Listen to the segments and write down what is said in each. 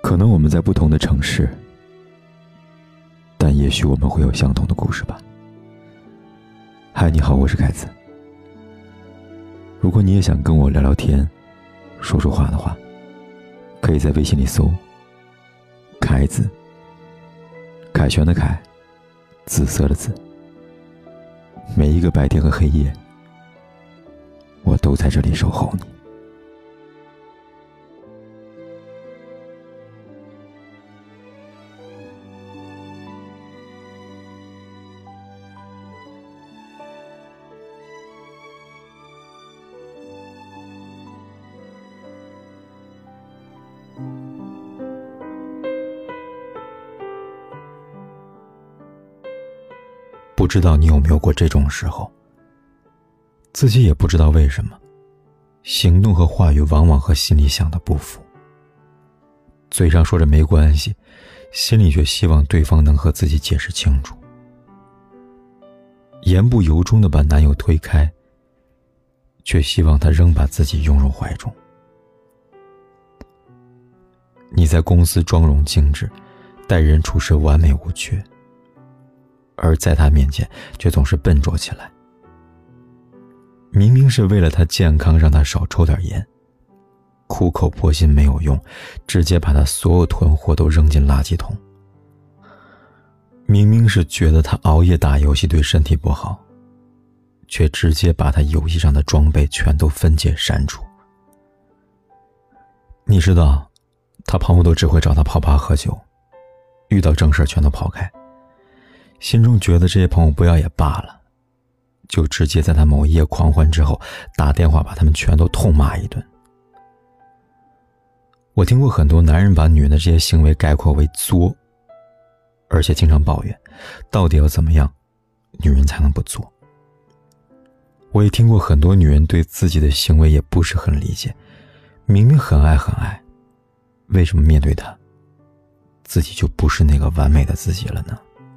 可能我们在不同的城市，但也许我们会有相同的故事吧。嗨，你好，我是凯子。如果你也想跟我聊聊天，说说话的话，可以在微信里搜凯子，凯旋的凯，紫色的紫。每一个白天和黑夜，我都在这里守候你。不知道你有没有过这种时候，自己也不知道为什么，行动和话语往往和心里想的不符。嘴上说着没关系，心里却希望对方能和自己解释清楚。言不由衷地把男友推开，却希望他仍把自己拥入怀中。你在公司妆容精致，待人处事完美无缺，而在他面前却总是笨拙起来。明明是为了他健康让他少抽点烟，苦口婆心没有用，直接把他所有囤货都扔进垃圾桶。明明是觉得他熬夜打游戏对身体不好，却直接把他游戏上的装备全都分解删除。你知道他朋友都只会找他泡吧喝酒，遇到正事全都跑开，心中觉得这些朋友不要也罢了，就直接在他某一夜狂欢之后打电话把他们全都痛骂一顿。我听过很多男人把女人的这些行为概括为作，而且经常抱怨到底要怎么样女人才能不作。我也听过很多女人对自己的行为也不是很理解，明明很爱很爱，为什么面对他自己就不是那个完美的自己了呢？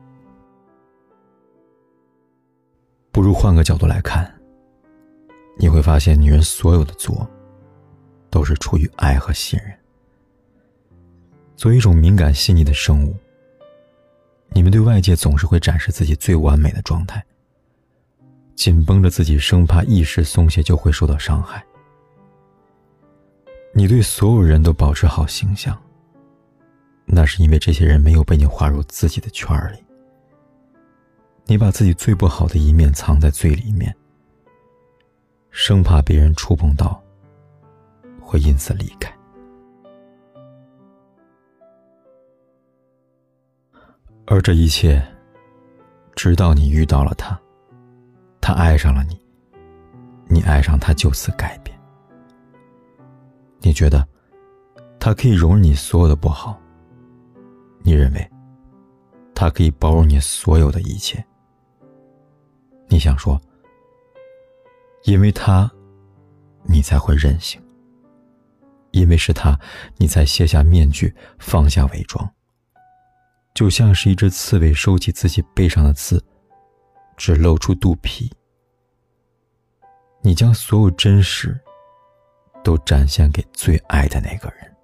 不如换个角度来看，你会发现女人所有的作都是出于爱和信任。作为一种敏感细腻的生物，你们对外界总是会展示自己最完美的状态，紧绷着自己，生怕一时松懈就会受到伤害。你对所有人都保持好形象，那是因为这些人没有被你划入自己的圈里。你把自己最不好的一面藏在最里面，生怕别人触碰到，会因此离开。而这一切，直到你遇到了他，他爱上了你，你爱上他就此改变。你觉得他可以容忍你所有的不好，你认为他可以包容你所有的一切。你想说，因为他，你才会任性；因为是他，你才卸下面具，放下伪装。就像是一只刺猬收起自己背上的刺，只露出肚皮。你将所有真实都展现给最爱的那个人。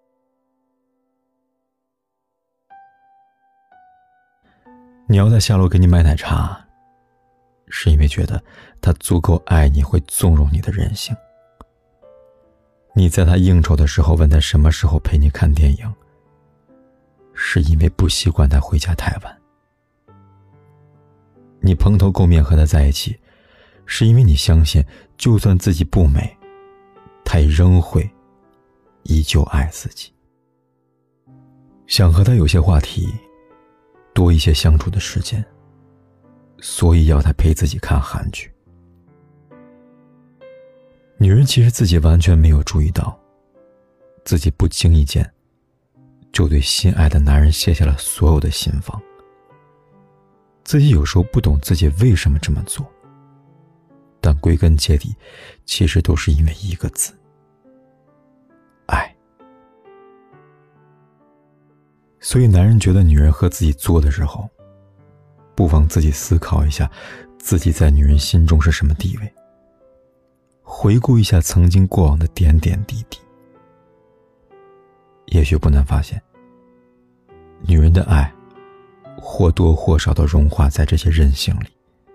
你要在下楼给你买奶茶，是因为觉得他足够爱你，会纵容你的任性。你在他应酬的时候问他什么时候陪你看电影，是因为不习惯他回家太晚。你蓬头垢面和他在一起，是因为你相信就算自己不美，他也仍会依旧爱自己。想和他有些话题，多一些相处的时间，所以要他陪自己看韩剧。女人其实自己完全没有注意到，自己不经意间就对心爱的男人卸下了所有的心防。自己有时候不懂自己为什么这么做，但归根结底其实都是因为一个字：爱。所以男人觉得女人和自己作的时候，不妨自己思考一下自己在女人心中是什么地位，回顾一下曾经过往的点点滴滴。 也许不难发现，女人的爱或多或少地融化在这些任性里。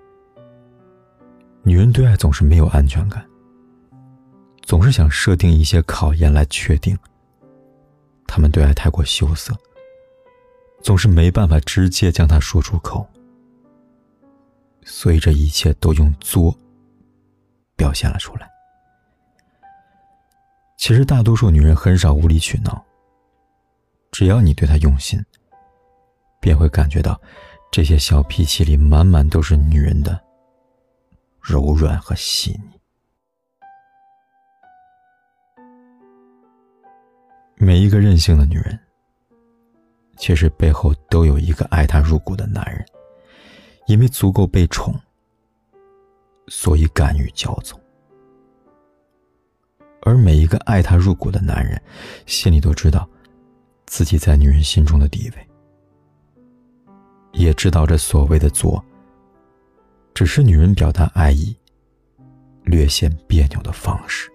女人对爱总是没有安全感，总是想设定一些考验来确定。她们对爱太过羞涩，总是没办法直接将它说出口，所以这一切都用作表现了出来。其实大多数女人很少无理取闹，只要你对她用心，便会感觉到这些小脾气里满满都是女人的柔软和细腻。每一个任性的女人，其实背后都有一个爱她入骨的男人，因为足够被宠，所以敢于骄纵。而每一个爱她入骨的男人，心里都知道自己在女人心中的地位，也知道这所谓的作，只是女人表达爱意略显别扭的方式。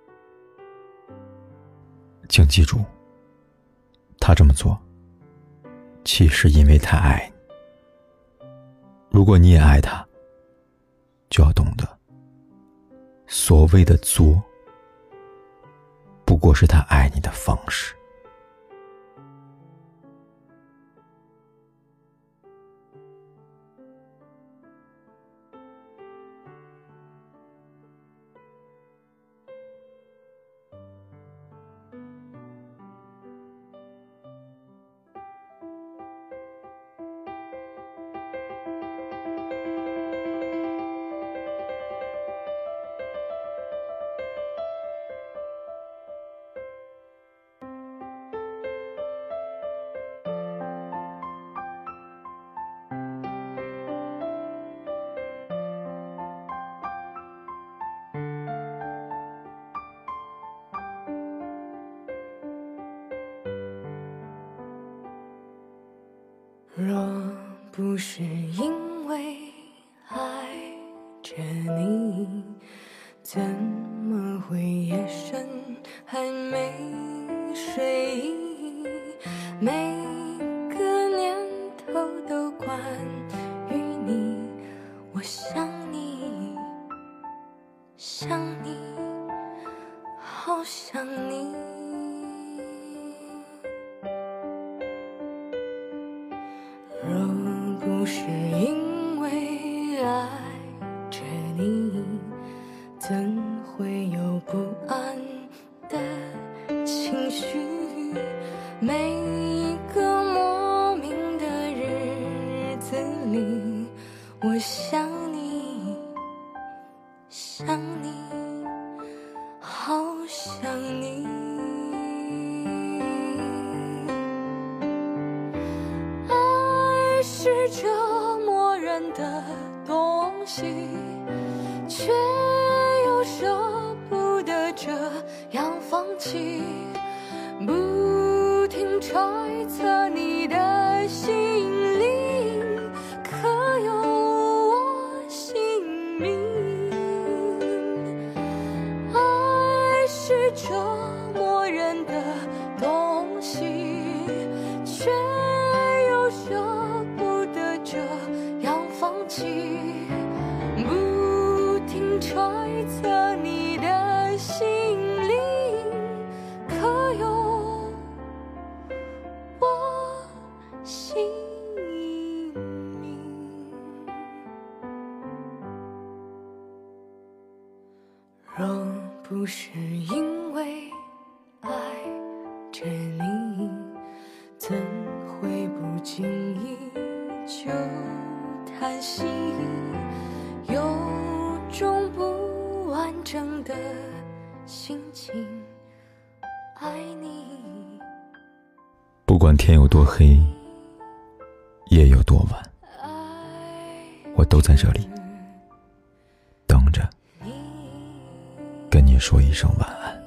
请记住，他这么做其实因为他爱你。如果你也爱他，就要懂得，所谓的作不过是他爱你的方式。 若不是因为爱着你，怎么会夜深还没睡意？每个念头都关于你，我想你，想你，好想你。若不是因为爱着你，怎会有不安的情绪？每一个莫名的日子里，我想你，想你，好想你。是这漠然的东西，却又舍不得这样放弃，不停揣测你的心里可有我姓名。爱是这漠然的东西，却又舍这样放弃，不停揣测你的心里可有我姓名。若不是因为爱着你，怎会不经意就叹息，有种不完整的心情，爱你。 不管天有多黑，夜有多晚，我都在这里等着跟你说一声晚安。